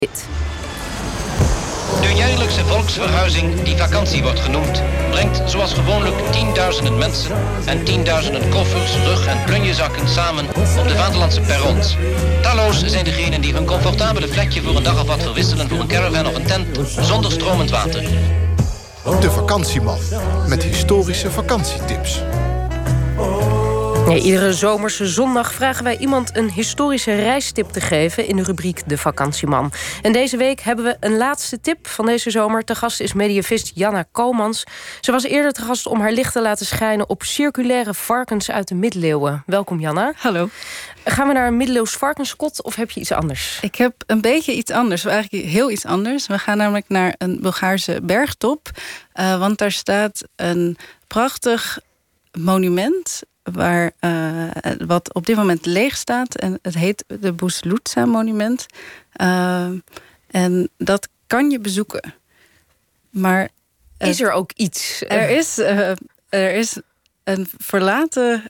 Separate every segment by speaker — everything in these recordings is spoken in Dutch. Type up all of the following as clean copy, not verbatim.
Speaker 1: De jaarlijkse volksverhuizing, die vakantie wordt genoemd, brengt zoals gewoonlijk tienduizenden mensen en tienduizenden koffers, rug- en plunjezakken samen op de vaderlandse perrons. Talloos zijn degenen die hun comfortabele plekje voor een dag of wat verwisselen voor een caravan of een tent zonder stromend water.
Speaker 2: De Vakantieman, met historische vakantietips.
Speaker 3: Ja, iedere zomerse zondag vragen wij iemand een historische reistip te geven in de rubriek De Vakantieman. En deze week hebben we een laatste tip van deze zomer. Te gast is mediavist Janna Komans. Ze was eerder te gast om haar licht te laten schijnen op circulaire varkens uit de middeleeuwen. Welkom, Janna.
Speaker 4: Hallo.
Speaker 3: Gaan we naar een middeleeuws varkenskot of heb je iets anders?
Speaker 4: Ik heb een beetje iets anders, eigenlijk heel iets anders. We gaan namelijk naar een Bulgaarse bergtop. Want daar staat een prachtig monument wat op dit moment leeg staat. En het heet de Buzluța monument. En dat kan je bezoeken. Maar
Speaker 3: is er ook iets?
Speaker 4: Er is een verlaten...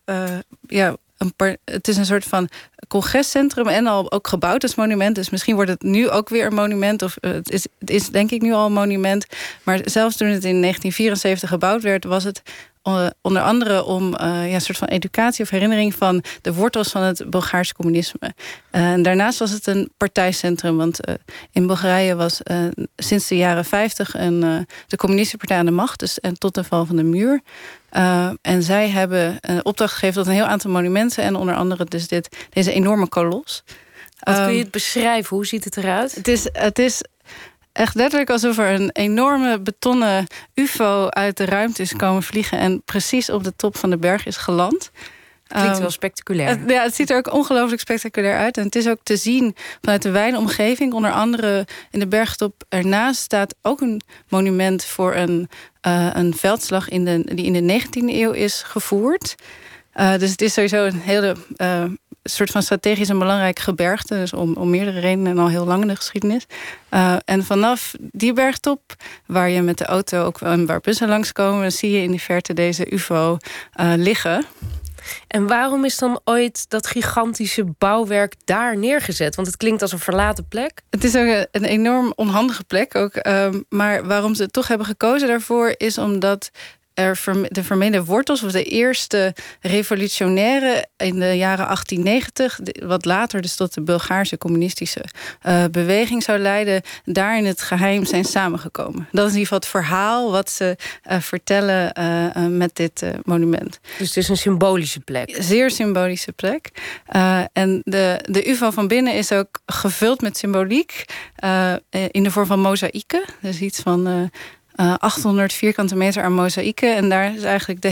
Speaker 4: het is een soort van congrescentrum en al ook gebouwd als monument. Dus misschien wordt het nu ook weer een monument. Of het is denk ik nu al een monument. Maar zelfs toen het in 1974 gebouwd werd, was het onder andere om een soort van educatie of herinnering van de wortels van het Bulgaarse communisme. En daarnaast was het een partijcentrum, want in Bulgarije was sinds de jaren 50 de communistische partij aan de macht, dus en tot de val van de muur. En zij hebben een opdracht gegeven tot een heel aantal monumenten en onder andere dus deze enorme kolos.
Speaker 3: Wat kun je het beschrijven? Hoe ziet het eruit?
Speaker 4: Het is echt letterlijk alsof er een enorme betonnen ufo uit de ruimte is komen vliegen en precies op de top van de berg is geland.
Speaker 3: Klinkt wel spectaculair.
Speaker 4: Het ziet er ook ongelooflijk spectaculair uit. En het is ook te zien vanuit de wijnomgeving. Onder andere in de bergtop ernaast staat ook een monument voor een veldslag die in de 19e eeuw is gevoerd. Dus het is sowieso een hele soort van strategisch een belangrijk gebergte. Dus om meerdere redenen en al heel lang in de geschiedenis. En vanaf die bergtop, waar je met de auto ook en waar bussen langskomen, zie je in de verte deze ufo liggen.
Speaker 3: En waarom is dan ooit dat gigantische bouwwerk daar neergezet? Want het klinkt als een verlaten plek.
Speaker 4: Het is ook een enorm onhandige plek ook. Maar waarom ze het toch hebben gekozen daarvoor is omdat de vermeende wortels, of de eerste revolutionaire in de jaren 1890... wat later dus tot de Bulgaarse communistische beweging zou leiden, daar in het geheim zijn samengekomen. Dat is in ieder geval het verhaal wat ze vertellen met dit monument.
Speaker 3: Dus het is een symbolische plek.
Speaker 4: Zeer symbolische plek. En de UvO van binnen is ook gevuld met symboliek in de vorm van mozaïeken. Dus iets van 800 vierkante meter aan mozaïeken. En daar is eigenlijk de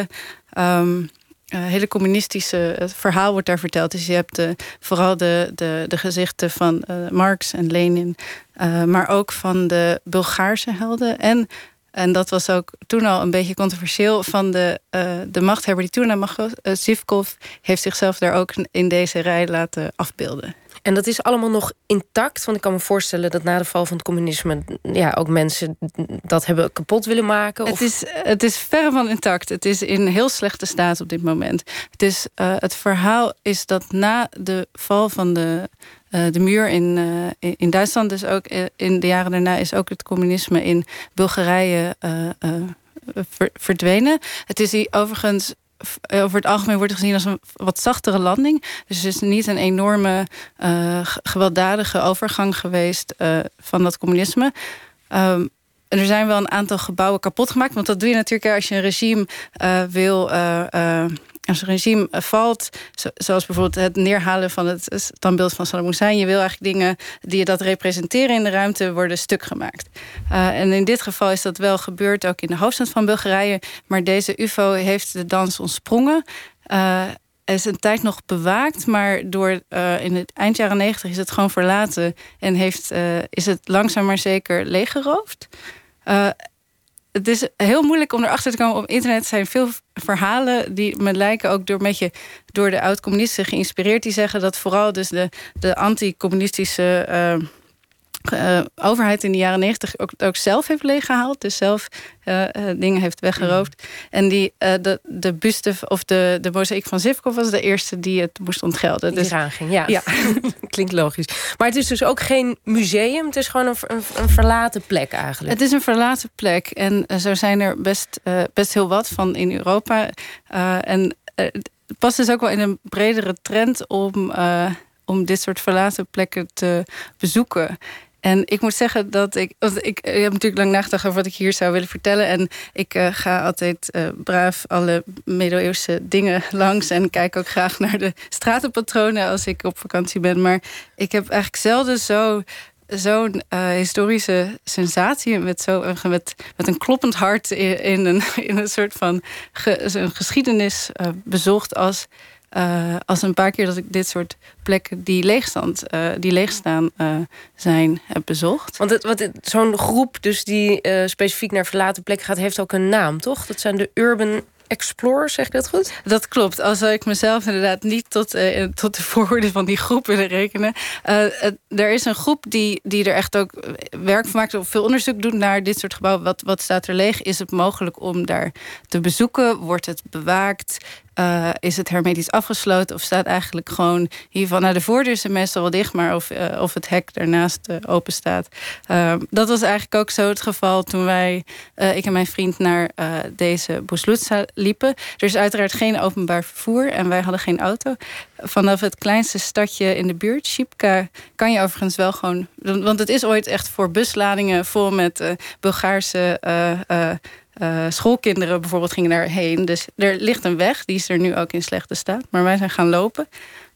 Speaker 4: hele communistische het verhaal wordt daar verteld. Dus je hebt vooral de gezichten van Marx en Lenin, maar ook van de Bulgaarse helden. En dat was ook toen al een beetje controversieel van de machthebber die toen aan macht was. Zivkov heeft zichzelf daar ook in deze rij laten afbeelden.
Speaker 3: En dat is allemaal nog intact? Want ik kan me voorstellen dat na de val van het communisme ook mensen dat hebben kapot willen maken.
Speaker 4: Het is verre van intact. Het is in heel slechte staat op dit moment. Het verhaal is dat na de val van de muur in Duitsland, dus ook in de jaren daarna, is ook het communisme in Bulgarije verdwenen. Het is hier overigens over het algemeen wordt het gezien als een wat zachtere landing. Dus het is niet een enorme gewelddadige overgang geweest van dat communisme. En er zijn wel een aantal gebouwen kapot gemaakt. Want dat doe je natuurlijk als je een regime wil. Als een regime valt, zoals bijvoorbeeld het neerhalen van het standbeeld van Saddam Hussein. Je wil eigenlijk dingen die dat representeren in de ruimte worden stuk gemaakt. En in dit geval is dat wel gebeurd, ook in de hoofdstad van Bulgarije. Maar deze UFO heeft de dans ontsprongen. is een tijd nog bewaakt, maar in het eind jaren 90 is het gewoon verlaten en is het langzaam maar zeker leeggeroofd. Het is heel moeilijk om erachter te komen. Op internet zijn veel verhalen die me lijken ook door de oud-communisten geïnspireerd. Die zeggen dat vooral dus de anti-communistische overheid in de jaren 90 ook zelf heeft leeggehaald. Dus zelf dingen heeft weggeroofd. En de buste of de mozaïek van Zivkov was de eerste die het moest ontgelden.
Speaker 3: Die eraan ging, ja. Klinkt logisch. Maar het is dus ook geen museum. Het is gewoon een verlaten plek eigenlijk.
Speaker 4: Het is een verlaten plek. En zo zijn er best heel wat van in Europa. Het past dus ook wel in een bredere trend om dit soort verlaten plekken te bezoeken. En ik moet zeggen dat ik heb natuurlijk lang nagedacht over wat ik hier zou willen vertellen. En ik ga altijd braaf alle middeleeuwse dingen langs. En kijk ook graag naar de stratenpatronen als ik op vakantie ben. Maar ik heb eigenlijk zelden zo'n historische sensatie met een kloppend hart in een soort van een geschiedenis bezocht als een paar keer dat ik dit soort plekken die leegstaan zijn, heb bezocht.
Speaker 3: Want zo'n groep dus die specifiek naar verlaten plekken gaat, heeft ook een naam, toch? Dat zijn de Urban Explorers, zeg ik dat goed?
Speaker 4: Dat klopt. Al zou ik mezelf inderdaad niet tot de voorwoorden van die groep willen rekenen. Er is een groep die er echt ook werk van maakt, of veel onderzoek doet naar dit soort gebouwen. Wat staat er leeg? Is het mogelijk om daar te bezoeken? Wordt het bewaakt? Is het hermetisch afgesloten? Of staat eigenlijk gewoon hiervan... Nou, de voordeur is meestal wel dicht, maar of het hek daarnaast open staat. Dat was eigenlijk ook zo het geval toen ik en mijn vriend naar deze Buzluca liepen. Er is uiteraard geen openbaar vervoer en wij hadden geen auto. Vanaf het kleinste stadje in de buurt, Shipka, kan je overigens wel gewoon... Want het is ooit echt voor busladingen vol met Bulgaarse... schoolkinderen bijvoorbeeld gingen daarheen. Dus er ligt een weg, die is er nu ook in slechte staat. Maar wij zijn gaan lopen.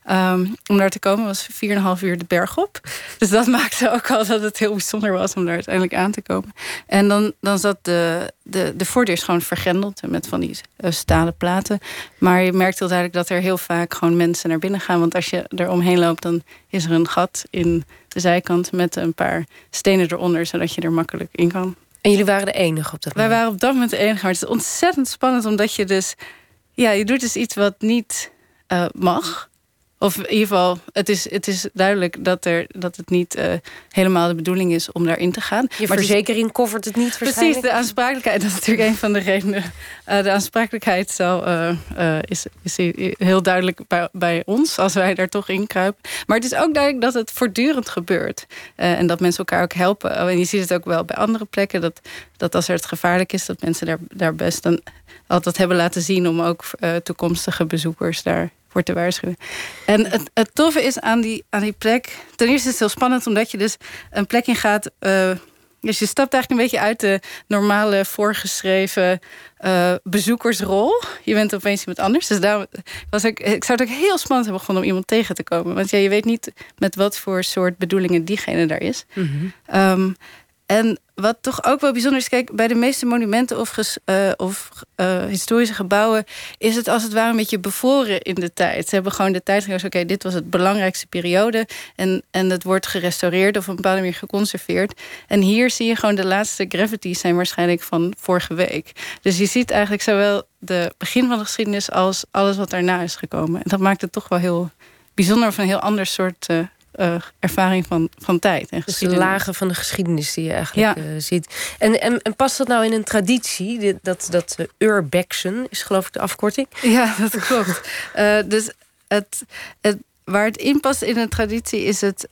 Speaker 4: Om daar te komen was 4,5 uur de berg op. Dus dat maakte ook al dat het heel bijzonder was om daar uiteindelijk aan te komen. En dan zat de voordeur gewoon vergrendeld met van die stalen platen. Maar je merkt heel duidelijk dat er heel vaak gewoon mensen naar binnen gaan. Want als je er omheen loopt, dan is er een gat in de zijkant met een paar stenen eronder, zodat je er makkelijk in kan.
Speaker 3: En jullie waren de enige op dat moment?
Speaker 4: Wij waren op dat moment de enige. Maar het is ontzettend spannend, omdat je dus... Ja, je doet dus iets wat niet mag. Of in ieder geval, het is duidelijk dat het niet helemaal de bedoeling is om daarin te gaan.
Speaker 3: Je verzekering covert het niet
Speaker 4: Precies, de aansprakelijkheid, dat is natuurlijk een van de redenen. De aansprakelijkheid is heel duidelijk bij ons, als wij daar toch in kruipen. Maar het is ook duidelijk dat het voortdurend gebeurt. En dat mensen elkaar ook helpen. En je ziet het ook wel bij andere plekken, dat als er het gevaarlijk is, dat mensen daar best dan altijd hebben laten zien om ook toekomstige bezoekers daar voor te waarschuwen. En het toffe is aan die plek... Ten eerste is het heel spannend, omdat je dus een plek in gaat... Dus je stapt eigenlijk een beetje uit de normale voorgeschreven bezoekersrol. Je bent opeens iemand anders. Dus daar ik zou het ook heel spannend hebben gevonden om iemand tegen te komen. Want je weet niet met wat voor soort bedoelingen diegene daar is. Mm-hmm. En wat toch ook wel bijzonder is, kijk, bij de meeste monumenten of historische gebouwen is het als het ware een beetje bevroren in de tijd. Ze hebben gewoon de tijd gegeven, oké, dit was het belangrijkste periode en het wordt gerestaureerd of op een bepaalde manier geconserveerd. En hier zie je gewoon de laatste graffitis zijn waarschijnlijk van vorige week. Dus je ziet eigenlijk zowel de begin van de geschiedenis als alles wat daarna is gekomen. En dat maakt het toch wel heel bijzonder of een heel ander soort ervaring van tijd en
Speaker 3: dus de lagen van de geschiedenis die je eigenlijk ziet. En past dat nou in een traditie? Dat urbexen is geloof ik de afkorting?
Speaker 4: Ja, dat klopt. Dus waar het in past in een traditie is het...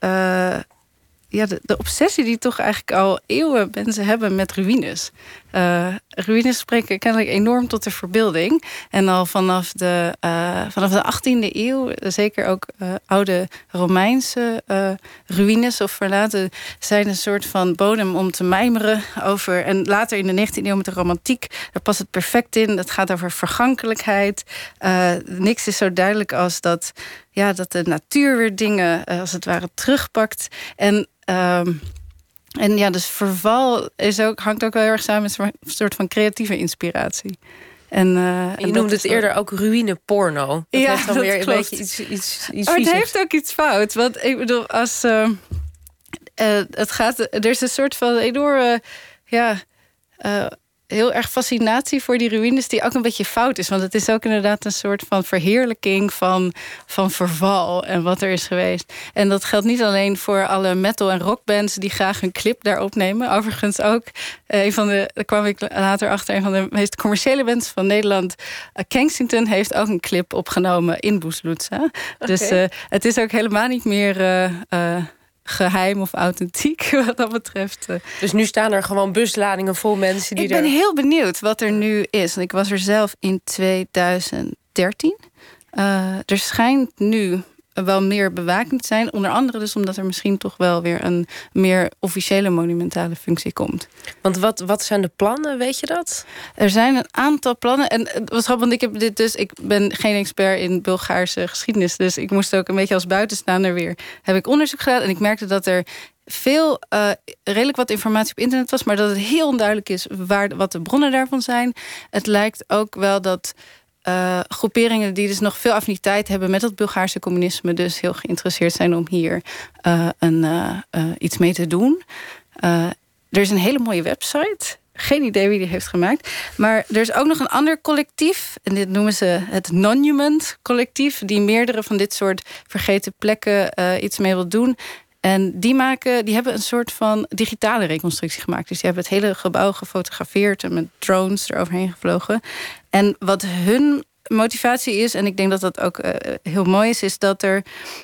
Speaker 4: de obsessie die toch eigenlijk al eeuwen mensen hebben met ruïnes. Ruïnes spreken kennelijk enorm tot de verbeelding. En al vanaf de 18e eeuw, zeker ook oude Romeinse ruïnes of verlaten, zijn een soort van bodem om te mijmeren over. En later in de 19e eeuw met de romantiek, daar past het perfect in. Dat gaat over vergankelijkheid. Niks is zo duidelijk als dat de natuur weer dingen als het ware terugpakt. En dus verval hangt ook wel heel erg samen met een soort van creatieve inspiratie. En
Speaker 3: je noemde het eerder ook ruïneporno. Dat heeft dan weer klopt. Een beetje iets
Speaker 4: het heeft ook iets fout. Want ik bedoel, als er is een soort van enorme heel erg fascinatie voor die ruïnes die ook een beetje fout is. Want het is ook inderdaad een soort van verheerlijking van verval en wat er is geweest. En dat geldt niet alleen voor alle metal- en rockbands die graag een clip daar opnemen. Overigens ook daar kwam ik later achter, een van de meest commerciële bands van Nederland, Kensington, heeft ook een clip opgenomen in Boesloetsa. Okay. Dus het is ook helemaal niet meer geheim of authentiek wat dat betreft.
Speaker 3: Dus nu staan er gewoon busladingen vol mensen die
Speaker 4: Ik ben heel benieuwd wat er nu is. Want ik was er zelf in 2013. Er schijnt nu wel meer bewaking te zijn. Onder andere dus omdat er misschien toch wel weer een meer officiële monumentale functie komt.
Speaker 3: Want wat zijn de plannen, weet je dat?
Speaker 4: Er zijn een aantal plannen. En het was grappig, want ik ben geen expert in Bulgaarse geschiedenis. Dus ik moest ook een beetje als buitenstaander weer. Heb ik onderzoek gedaan en ik merkte dat er veel, redelijk wat informatie op internet was, maar dat het heel onduidelijk is wat de bronnen daarvan zijn. Het lijkt ook wel dat groeperingen die dus nog veel affiniteit hebben met het Bulgaarse communisme, dus heel geïnteresseerd zijn om hier iets mee te doen. Er is een hele mooie website. Geen idee wie die heeft gemaakt. Maar er is ook nog een ander collectief. En dit noemen ze het Monument Collectief. Die meerdere van dit soort vergeten plekken iets mee wil doen. En die hebben een soort van digitale reconstructie gemaakt. Dus die hebben het hele gebouw gefotografeerd en met drones eroverheen gevlogen. En wat hun motivatie is, en ik denk dat dat ook heel mooi is dat er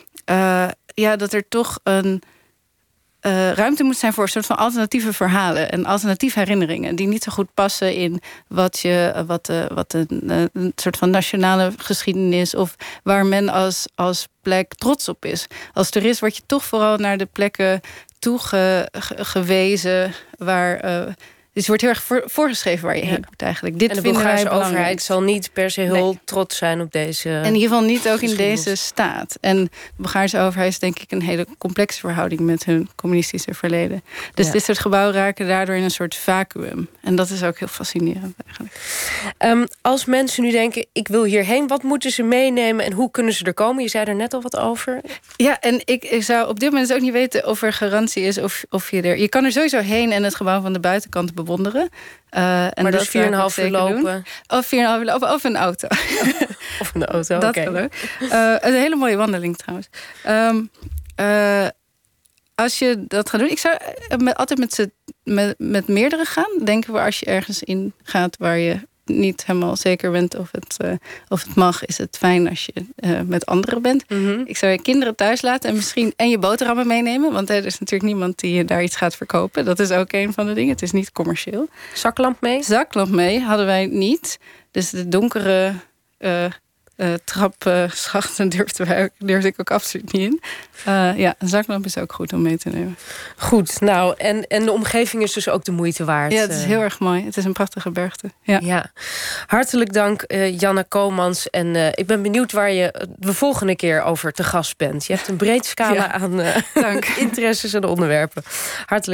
Speaker 4: toch een ruimte moet zijn voor een soort van alternatieve verhalen en alternatieve herinneringen die niet zo goed passen in wat een soort van nationale geschiedenis of waar men als plek trots op is. Als toerist word je toch vooral naar de plekken toegewezen waar dus wordt heel erg voorgeschreven waar je heen moet eigenlijk. Dit
Speaker 3: en de Bulgaarse overheid zal niet per se heel trots zijn op deze.
Speaker 4: En in ieder geval niet ook in deze staat. En de Bulgaarse overheid is denk ik een hele complexe verhouding met hun communistische verleden. Dus dit soort gebouwen raken daardoor in een soort vacuüm. En dat is ook heel fascinerend eigenlijk.
Speaker 3: Als mensen nu denken, ik wil hierheen, wat moeten ze meenemen en hoe kunnen ze er komen? Je zei er net al wat over.
Speaker 4: Ja, en ik zou op dit moment ook niet weten of er garantie is of je er. Je kan er sowieso heen en het gebouw van de buitenkant bewonderen.
Speaker 3: Maar dus 4,5 uur lopen?
Speaker 4: Of 4,5 uur lopen, of een auto.
Speaker 3: Of een auto,
Speaker 4: dat kan ook. Een hele mooie wandeling trouwens. Als je dat gaat doen, ik zou altijd met meerdere gaan. Denken we als je ergens in gaat waar je niet helemaal zeker bent of het mag, is het fijn als je met anderen bent. Mm-hmm. Ik zou je kinderen thuis laten en je boterhammen meenemen. Want er is natuurlijk niemand die je daar iets gaat verkopen. Dat is ook een van de dingen. Het is niet commercieel.
Speaker 3: Zaklamp mee?
Speaker 4: Zaklamp mee hadden wij niet. Dus de donkere trapschachten durfde ik ook absoluut niet in. Een zaklamp is ook goed om mee te nemen.
Speaker 3: Goed, nou, en de omgeving is dus ook de moeite waard.
Speaker 4: Ja, het is heel erg mooi. Het is een prachtige bergte. Ja.
Speaker 3: Hartelijk dank, Janne Komans. En ik ben benieuwd waar je de volgende keer over te gast bent. Je hebt een breed scala aan interesses en onderwerpen. Hartelijk